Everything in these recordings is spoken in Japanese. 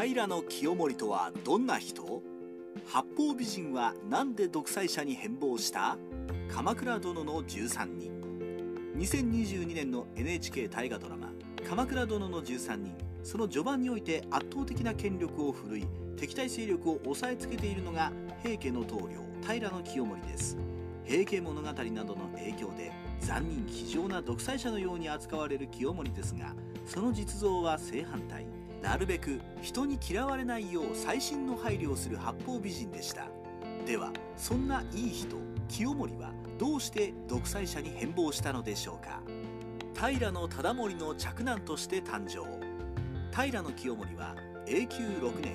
平清盛とはどんな人？八方美人はなんで独裁者に変貌した？鎌倉殿の13人。2022年の NHK 大河ドラマ「鎌倉殿の13人」、その序盤において圧倒的な権力を振るい、敵対勢力を抑えつけているのが平家の棟梁平清盛です。平家物語などの影響で残忍非情な独裁者のように扱われる清盛ですが、その実像は正反対。なるべく人に嫌われないよう細心の配慮をする八方美人でした。ではそんないい人清盛はどうして独裁者に変貌したのでしょうか。平忠盛の嫡男として誕生。平清盛は永久6年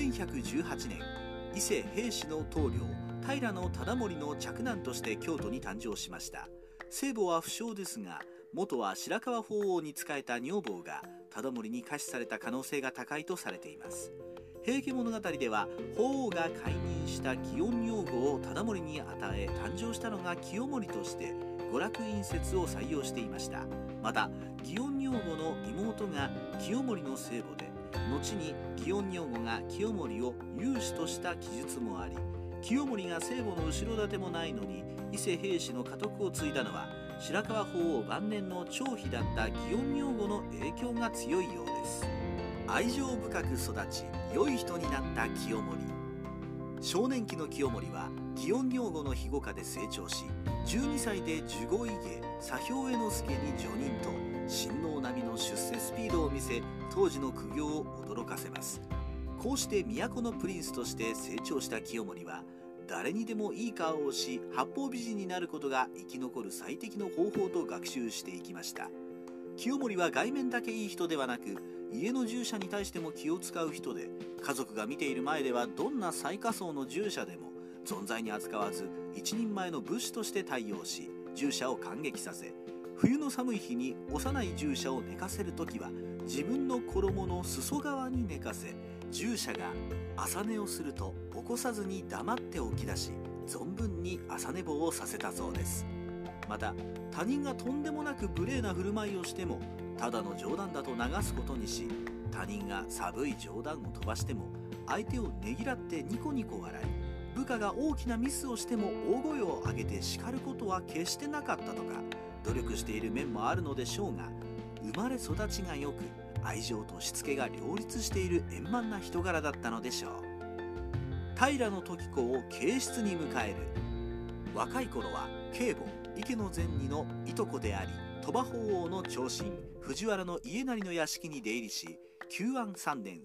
1118年、伊勢平氏の棟梁平忠盛の嫡男として京都に誕生しました。生母は不詳ですが、元は白河法皇に仕えた女房が忠盛に下賜された可能性が高いとされています。平家物語では法皇が解任した祇園女房を忠盛に与え誕生したのが清盛として娯楽院説を採用していました。また祇園女房の妹が清盛の生母で、後に祇園女房が清盛を養子とした記述もあり、清盛が生母の後ろ盾もないのに伊勢平氏の家督を継いだのは白河法皇晩年の長妃だった祇園女房の影響が強いようです。愛情深く育ち良い人になった清盛。少年期の清盛は祇園女房の庇護下で成長し、12歳で守護位下左兵衛之助に叙任と親王並みの出世スピードを見せ、当時の苦行を驚かせます。こうして都のプリンスとして成長した清盛は、誰にでもいい顔をし八方美人になることが生き残る最適の方法と学習していきました。清盛は外面だけいい人ではなく、家の従者に対しても気を使う人で、家族が見ている前ではどんな最下層の従者でも存在に扱わず一人前の武士として対応し、従者を感激させ、冬の寒い日に幼い従者を寝かせるときは自分の衣の裾側に寝かせ、従者が朝寝をすると起こさずに黙って起き出し、存分に朝寝坊をさせたそうです。また他人がとんでもなく無礼な振る舞いをしてもただの冗談だと流すことにし、他人が寒い冗談を飛ばしても相手をねぎらってニコニコ笑い、部下が大きなミスをしても大声を上げて叱ることは決してなかったとか、努力している面もあるのでしょうが、生まれ育ちがよく愛情としつけが両立している円満な人柄だったのでしょう。平時子を継室に迎える。若い頃は継母池の前二のいとこであり、鳥羽法皇の長身藤原家成の屋敷に出入りし、久安3年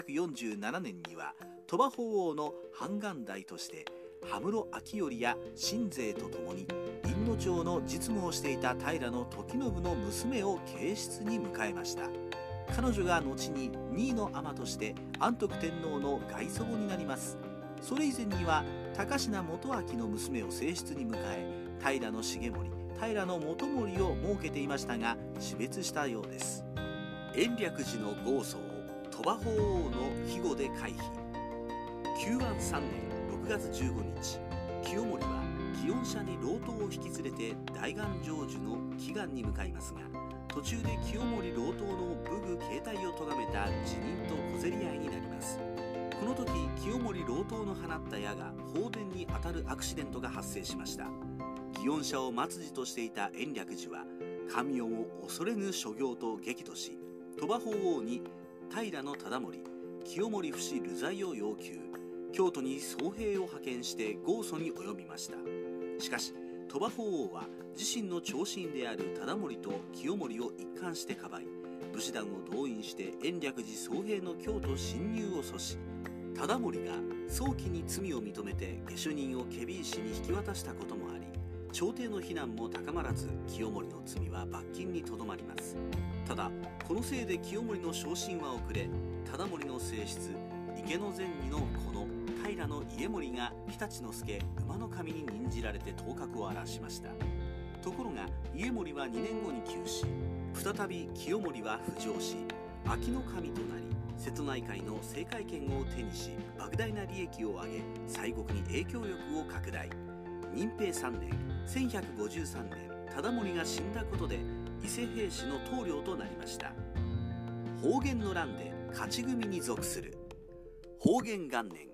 1147年には鳥羽法皇の判官代として羽室昭頼や新勢とともに院野町の実務をしていた平時信の娘を継室に迎えました。彼女が後に二位の尼として安徳天皇の外祖母になります。それ以前には高階元昭の娘を正室に迎え、平重盛、平元盛を設けていましたが死別したようです。延暦寺の豪祖を鳥羽法皇の庇護で回避。久安3年6月15日、清盛は祇園社に老頭を引き連れて大願成就の祈願に向かいますが、途中で清盛老頭の武具携帯を咎めた辞任と小競り合いになります。この時清盛老頭の放った矢が放電に当たるアクシデントが発生しました。祇園社を末寺としていた延暦寺は神をも恐れぬ所業と激怒し、鳥羽法皇に平忠盛、清盛不死流罪を要求。京都に僧兵を派遣して豪訴に及びました。しかし鳥羽法皇は自身の長身である忠盛と清盛を一貫してかばい、武士団を動員して延暦寺僧兵の京都侵入を阻止。忠盛が早期に罪を認めて下手人を検非違使に引き渡したこともあり、朝廷の非難も高まらず清盛の罪は罰金にとどまります。ただこのせいで清盛の昇進は遅れ、忠盛の正室池の前二の子の平家盛が常陸介馬の神に任じられて頭角を現しました。ところが家盛は2年後に急死、再び清盛は浮上し秋の神となり、瀬戸内海の制海権を手にし莫大な利益を上げ、西国に影響力を拡大。仁平3年1153年、忠盛が死んだことで伊勢平氏の棟梁となりました。保元の乱で勝ち組に属する。 保元元年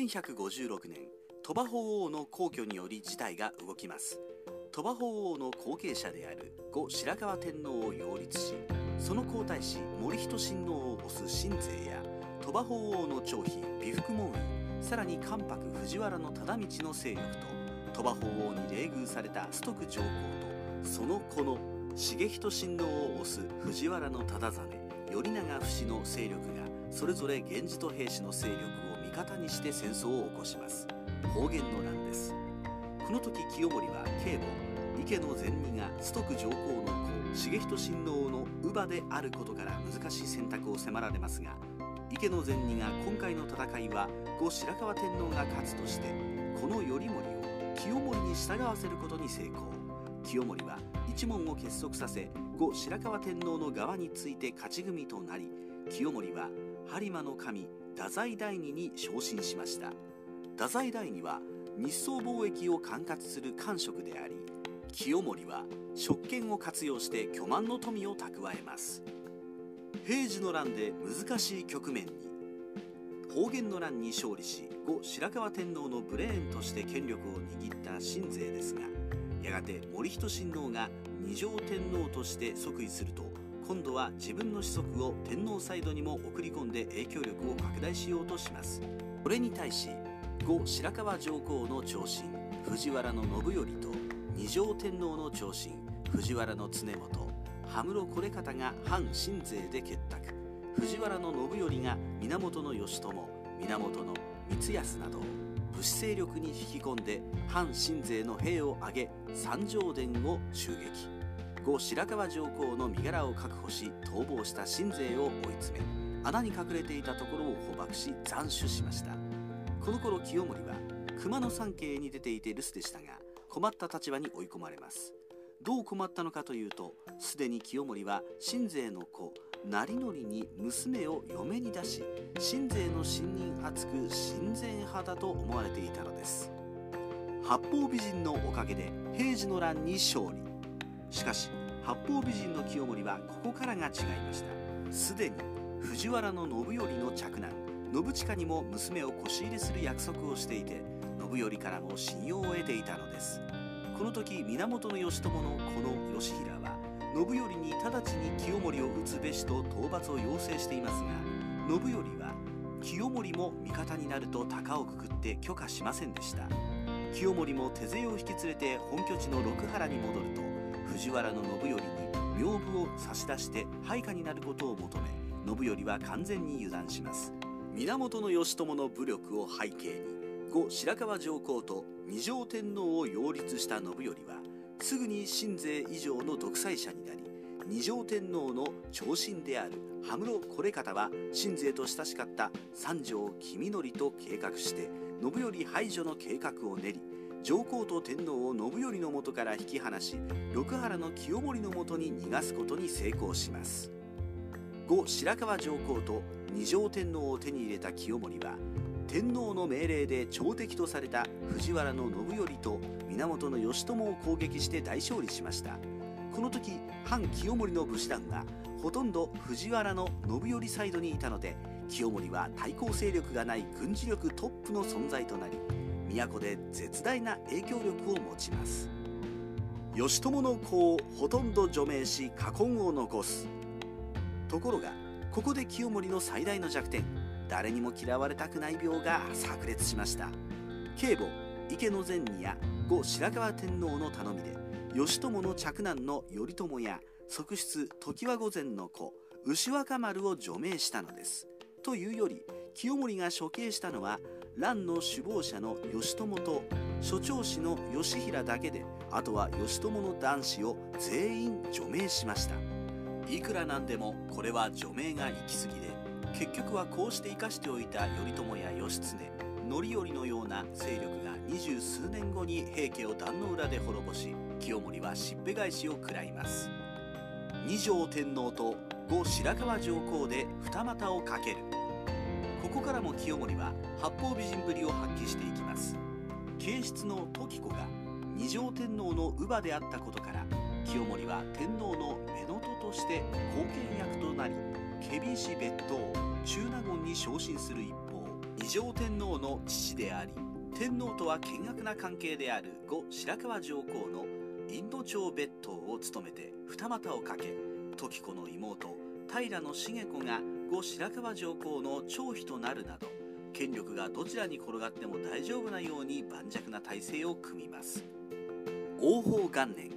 1156年、鳥羽法皇の皇居により事態が動きます。鳥羽法皇の後継者である後白河天皇を擁立し、その皇太子森人親王を推す親勢や鳥羽法皇の長妃美福門院、さらに関白藤原忠道の勢力と鳥羽法皇に冷遇された崇徳上皇とその子の重仁親王を推す藤原忠実、頼長不死の勢力がそれぞれ源氏と平氏の勢力を味方にして戦争を起こします。保元の乱です。この時清盛は警母池の前二が崇徳上皇の子重仁親王の乳母であることから難しい選択を迫られますが、池の前二が今回の戦いは後白河天皇が勝つとして、この頼盛を清盛に従わせることに成功。清盛は一門を結束させ、後白河天皇の側について勝ち組となり、清盛は播磨の神太宰大二に昇進しました。太宰大二は日宋貿易を管轄する官職であり、清盛は職権を活用して巨万の富を蓄えます。平治の乱で難しい局面に、保元の乱に勝利し後白河天皇のブレーンとして権力を握った親勢ですが、やがて森人親王が二条天皇として即位すると、今度は自分の子息を天皇サイドにも送り込んで影響力を拡大しようとします。これに対し後白河上皇の長親藤原信頼と二条天皇の長親藤原常元、羽室惟方が反親勢で結託。藤原信頼が源義朝、源光康など武士勢力に引き込んで反親勢の兵を挙げ三条殿を襲撃。後白河上皇の身柄を確保し逃亡した親勢を追い詰め、穴に隠れていたところを捕獲し斬首しました。この頃清盛は熊野山系に出ていて留守でしたが、困った立場に追い込まれます。どう困ったのかというと、すでに清盛は親勢の子成則に娘を嫁に出し、親勢の信任厚く親善派だと思われていたのです。八方美人のおかげで平治の乱に勝利。しかし八方美人の清盛はここからが違いました。すでに藤原信頼の嫡男信親にも娘をこし入れする約束をしていて、信頼からも信用を得ていたのです。この時源義朝の子の義平は信頼に直ちに清盛を討つべしと討伐を要請していますが、信頼は清盛も味方になると高をくくって許可しませんでした。清盛も手勢を引き連れて本拠地の六原に戻ると、藤原の信頼に名簿を差し出して配下になることを求め、信頼は完全に油断します。源義朝の武力を背景に後白河上皇と二条天皇を擁立した信頼はすぐに親勢以上の独裁者になり、二条天皇の長親である羽室惟方は親勢と親しかった三条公則と計画して信頼排除の計画を練り、上皇と天皇を信頼の元から引き離し、六原の清盛の元に逃がすことに成功します。後白河上皇と二条天皇を手に入れた清盛は、天皇の命令で朝敵とされた藤原の信頼と源義朝を攻撃して大勝利しました。この時反清盛の武士団がほとんど藤原の信頼サイドにいたので、清盛は対抗勢力がない軍事力トップの存在となり、都で絶大な影響力を持ちます。義朝の子をほとんど除名し禍根を残す。ところがここで清盛の最大の弱点、誰にも嫌われたくない病が炸裂しました。警母池の前二や後白河天皇の頼みで義朝の嫡男の頼朝や側室常盤御前の子牛若丸を除名したのです。というより清盛が処刑したのは乱の首謀者の義朝と諸長子の義平だけで、あとは義朝の男子を全員除名しました。いくらなんでもこれは除名が行き過ぎで、結局はこうして生かしておいた頼朝や義経、範頼のような勢力が20数年後に平家を壇の浦で滅ぼし、清盛はしっぺ返しを食らいます。二条天皇と後白河上皇で二股をかける。ここからも清盛は八方美人ぶりを発揮していきます。継室の時子が二条天皇の乳母であったことから、清盛は天皇の乳母として後見役となり、検非違使別当中納言に昇進する一方、二条天皇の父であり、天皇とは険悪な関係である後白河上皇のインド朝別当を務めて二股をかけ、時子の妹平重子が後白河上皇の長妃となるなど、権力がどちらに転がっても大丈夫なように盤石な体制を組みます。応宝元年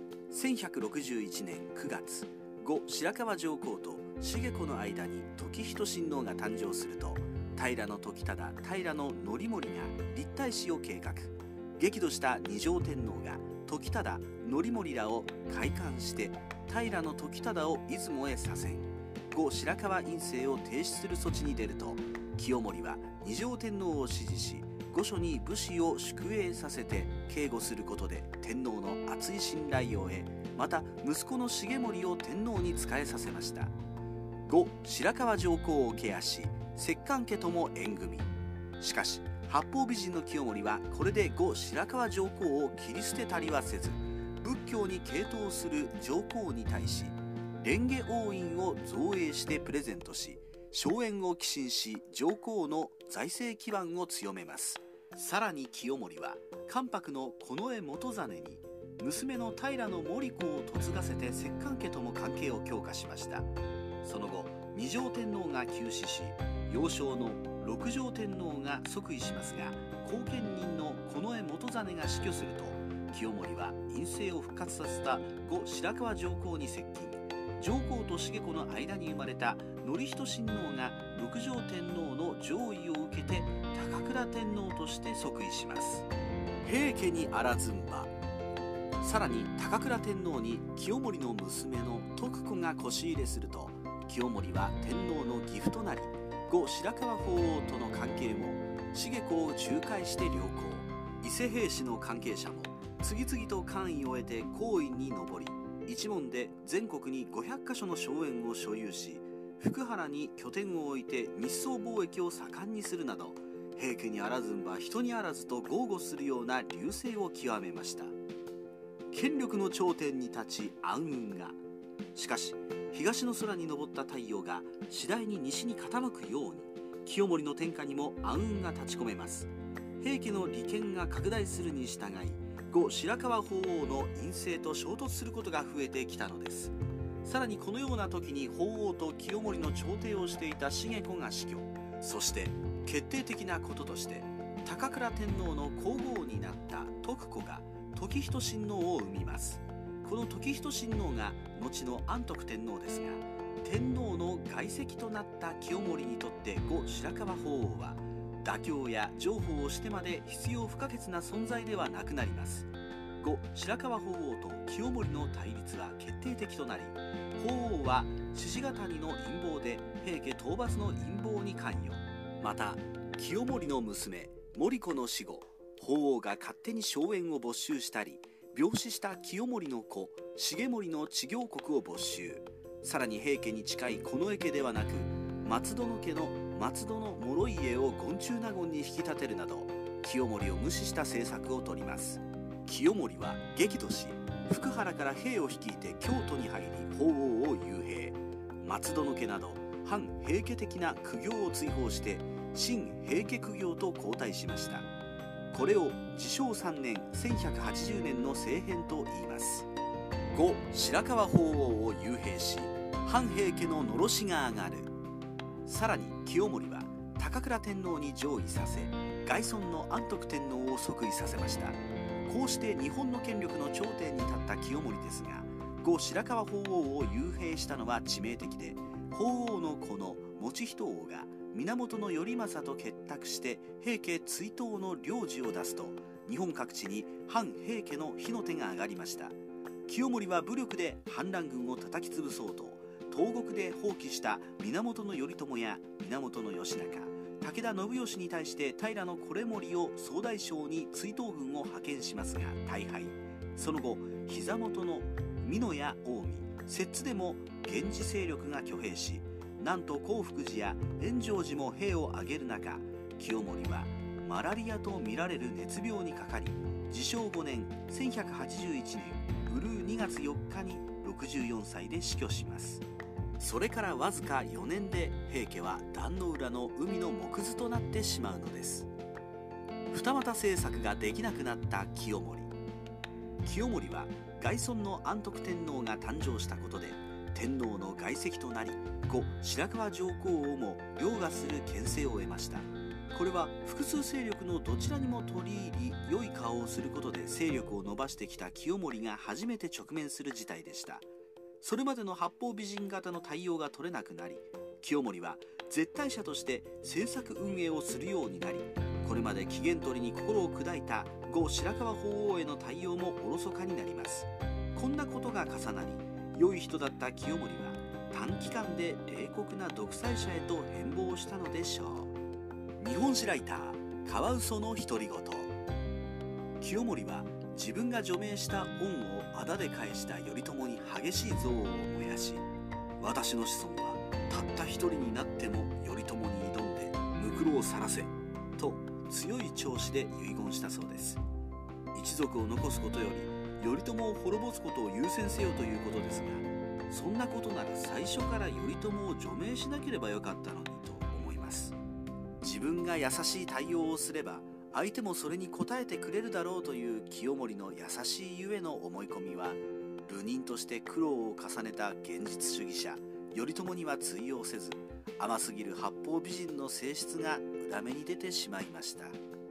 1161年9月、後白河上皇と重子の間に時仁親王が誕生すると、平時忠、平則盛が立太子を計画。激怒した二条天皇が時忠、則盛らを開館して平時忠を出雲へ左遷。後白河院政を停止する措置に出ると、清盛は二条天皇を支持し、御所に武士を宿営させて警護することで天皇の厚い信頼を得、また息子の重盛を天皇に仕えさせました。後白河上皇をケアし、摂関家とも縁組。しかし八方美人の清盛はこれで後白河上皇を切り捨てたりはせず、仏教に傾倒する上皇に対し蓮華王院を造営してプレゼントし、荘園を寄進し、上皇の財政基盤を強めます。さらに清盛は関白の近衛元実に娘の平盛子を嫁がせて摂関家とも関係を強化しました。その後二条天皇が急死し、幼少の六条天皇が即位しますが、後見人の近衛元実が死去すると、清盛は院政を復活させた後白河上皇に接近。上皇と重子の間に生まれた則仁親王が六条天皇の上位を受けて高倉天皇として即位します。平家にあらずんば。さらに高倉天皇に清盛の娘の徳子が輿入れすると、清盛は天皇の義父となり、後白河法皇との関係も重子を仲介して良好。伊勢平氏の関係者も次々と官位を得て皇位に上り、一門で全国に500カ所の荘園を所有し、福原に拠点を置いて日宋貿易を盛んにするなど、平家にあらずんば人にあらずと豪語するような隆盛を極めました。権力の頂点に立ち暗雲が。しかし東の空に昇った太陽が次第に西に傾くように、清盛の天下にも暗雲が立ち込めます。平家の利権が拡大するに従い、後白河法皇の院政と衝突することが増えてきたのです。さらにこのような時に法皇と清盛の調停をしていた重子が死去。そして決定的なこととして、高倉天皇の皇后になった徳子が時仁親王を生みます。この時仁親王が後の安徳天皇ですが、天皇の外戚となった清盛にとって後白河法皇は妥協や譲歩をしてまで必要不可欠な存在ではなくなります。後白河法皇と清盛の対立は決定的となり、法皇は志々ヶ谷の陰謀で平家討伐の陰謀に関与。また清盛の娘盛子の死後、法皇が勝手に荘園を没収したり、病死した清盛の子重盛の知行国を没収。さらに平家に近い近衛家ではなく、松殿家の松戸の諸家を権中納言に引き立てるなど、清盛を無視した政策を取ります。清盛は激怒し、福原から兵を率いて京都に入り法皇を幽閉。松殿家など反平家的な苦行を追放して新平家苦行と交代しました。これを治承3年1180年の政変と言います。後白河法皇を幽閉し、反平家ののろしが上がる。さらに清盛は高倉天皇に上位させ、外孫の安徳天皇を即位させました。こうして日本の権力の頂点に立った清盛ですが、後白河法皇を幽閉したのは致命的で、法皇の子の以仁王が源頼政と結託して平家追討の領事を出すと、日本各地に反平家の火の手が上がりました。清盛は武力で反乱軍を叩き潰そうと、東国で蜂起した源頼朝や源義仲、武田信義に対して平維盛を総大将に追討軍を派遣しますが大敗。その後膝元の美濃や近江、摂津でも源氏勢力が挙兵し、なんと興福寺や円城寺も兵を挙げる中、清盛はマラリアとみられる熱病にかかり、治承5年1181年うるう2月4日に64歳で死去します。 それからわずか4年で平家は壇ノ浦の海の藻くずとなってしまうのです。二股政策ができなくなった清盛。清盛は外孫の安徳天皇が誕生したことで天皇の外戚となり、故白河上皇をも凌駕する権勢を得ました。これは複数勢力のどちらにも取り入り良い顔をすることで勢力を伸ばしてきた清盛が初めて直面する事態でした。それまでの八方美人型の対応が取れなくなり、清盛は絶対者として政策運営をするようになり、これまで機嫌取りに心を砕いた後白河法皇への対応もおろそかになります。こんなことが重なり、良い人だった清盛は短期間で冷酷な独裁者へと変貌したのでしょう。日本史ライターカワウソの独り言。清盛は自分が除名した恩を仇で返した頼朝に激しい憎悪を燃やし、私の子孫はたった一人になっても頼朝に挑んで無苦労さらせと強い調子で遺言したそうです。一族を残すことより頼朝を滅ぼすことを優先せよということですが、そんなことなら最初から頼朝を除名しなければよかったのにと思います。自分が優しい対応をすれば相手もそれに応えてくれるだろうという清盛の優しいゆえの思い込みは、流人として苦労を重ねた現実主義者頼朝には通用せず、甘すぎる八方美人の性質が裏目に出てしまいました。